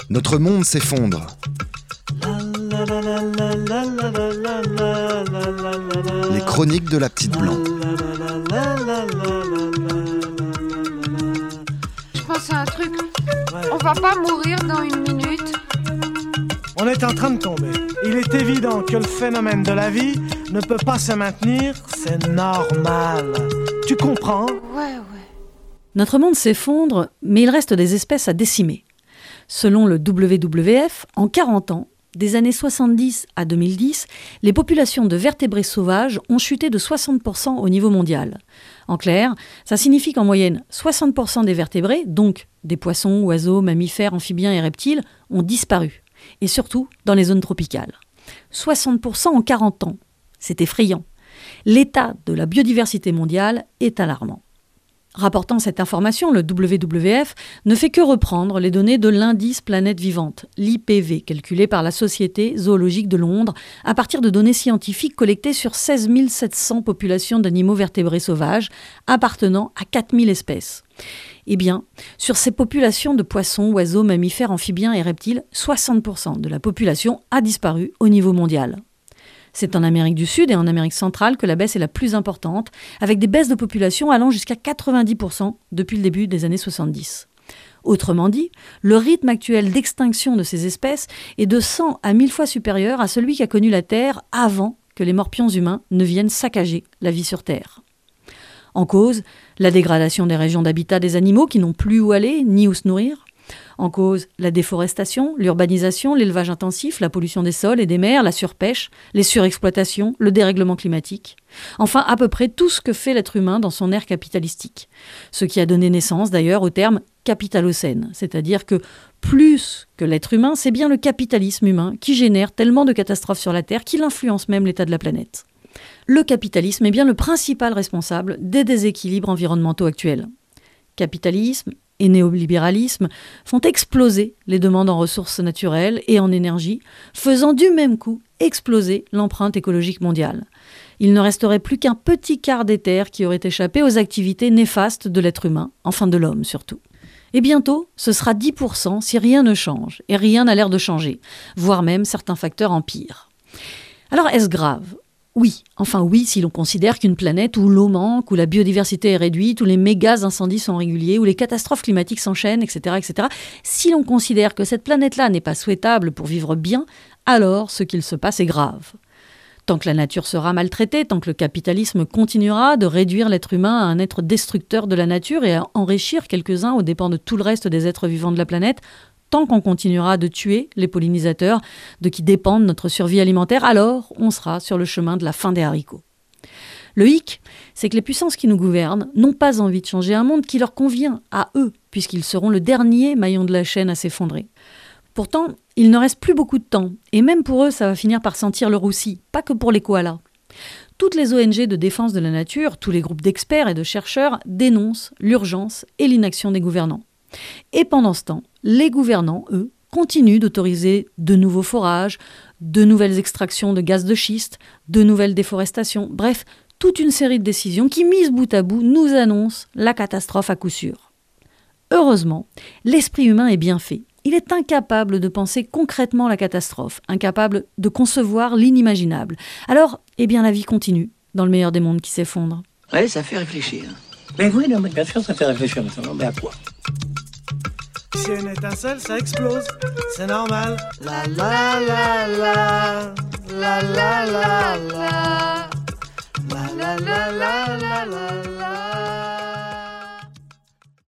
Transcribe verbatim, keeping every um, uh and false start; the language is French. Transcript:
Notre monde s'effondre. Les chroniques de la petite blanc. Je pense à un truc. On va pas mourir dans une minute. On est en train de tomber. Il est évident que le phénomène de la vie ne peut pas se maintenir, c'est normal. Tu comprends ? Ouais, ouais. Notre monde s'effondre, mais il reste des espèces à décimer. Selon le W W F, en quarante ans, des années soixante-dix à deux mille dix, les populations de vertébrés sauvages ont chuté de soixante pour cent au niveau mondial. En clair, ça signifie qu'en moyenne, soixante pour cent des vertébrés, donc des poissons, oiseaux, mammifères, amphibiens et reptiles, ont disparu. Et surtout dans les zones tropicales. soixante pour cent en quarante ans. C'est effrayant. L'état de la biodiversité mondiale est alarmant. Rapportant cette information, le W W F ne fait que reprendre les données de l'indice Planète Vivante, l'I P V, calculé par la Société zoologique de Londres, à partir de données scientifiques collectées sur seize mille sept cents populations d'animaux vertébrés sauvages, appartenant à quatre mille espèces. Eh bien, sur ces populations de poissons, oiseaux, mammifères, amphibiens et reptiles, soixante pour cent de la population a disparu au niveau mondial. C'est en Amérique du Sud et en Amérique centrale que la baisse est la plus importante, avec des baisses de population allant jusqu'à quatre-vingt-dix pour cent depuis le début des années soixante-dix. Autrement dit, le rythme actuel d'extinction de ces espèces est de cent à mille fois supérieur à celui qu'a connu la Terre avant que les morpions humains ne viennent saccager la vie sur Terre. En cause, la dégradation des régions d'habitat des animaux qui n'ont plus où aller ni où se nourrir. En cause, la déforestation, l'urbanisation, l'élevage intensif, la pollution des sols et des mers, la surpêche, les surexploitations, le dérèglement climatique. Enfin, à peu près tout ce que fait l'être humain dans son ère capitalistique. Ce qui a donné naissance d'ailleurs au terme capitalocène, c'est-à-dire que plus que l'être humain, c'est bien le capitalisme humain qui génère tellement de catastrophes sur la Terre qu'il influence même l'état de la planète. Le capitalisme est bien le principal responsable des déséquilibres environnementaux actuels. Capitalisme et néolibéralisme font exploser les demandes en ressources naturelles et en énergie, faisant du même coup exploser l'empreinte écologique mondiale. Il ne resterait plus qu'un petit quart des terres qui auraient échappé aux activités néfastes de l'être humain, enfin de l'homme surtout. Et bientôt, ce sera dix pour cent si rien ne change, et rien n'a l'air de changer, voire même certains facteurs empirent. Alors est-ce grave ? Oui, enfin oui, si l'on considère qu'une planète où l'eau manque, où la biodiversité est réduite, où les méga incendies sont réguliers, où les catastrophes climatiques s'enchaînent, et cetera, et cetera. Si l'on considère que cette planète-là n'est pas souhaitable pour vivre bien, alors ce qu'il se passe est grave. Tant que la nature sera maltraitée, tant que le capitalisme continuera de réduire l'être humain à un être destructeur de la nature et à enrichir quelques-uns aux dépens de tout le reste des êtres vivants de la planète, tant qu'on continuera de tuer les pollinisateurs de qui dépendent notre survie alimentaire, alors on sera sur le chemin de la fin des haricots. Le hic, c'est que les puissances qui nous gouvernent n'ont pas envie de changer un monde qui leur convient à eux, puisqu'ils seront le dernier maillon de la chaîne à s'effondrer. Pourtant, il ne reste plus beaucoup de temps, et même pour eux, ça va finir par sentir le roussi, pas que pour les koalas. Toutes les O N G de défense de la nature, tous les groupes d'experts et de chercheurs dénoncent l'urgence et l'inaction des gouvernants. Et pendant ce temps, les gouvernants, eux, continuent d'autoriser de nouveaux forages, de nouvelles extractions de gaz de schiste, de nouvelles déforestations, bref, toute une série de décisions qui, mises bout à bout, nous annoncent la catastrophe à coup sûr. Heureusement, l'esprit humain est bien fait. Il est incapable de penser concrètement la catastrophe, incapable de concevoir l'inimaginable. Alors, eh bien, la vie continue, dans le meilleur des mondes qui s'effondre. Ouais, ça fait réfléchir. Mais oui, non, mais bien sûr, ça fait réfléchir maintenant. Mais à quoi ? Si une étincelle, ça explose, c'est normal. La la la la, la la la la, la la la la la la.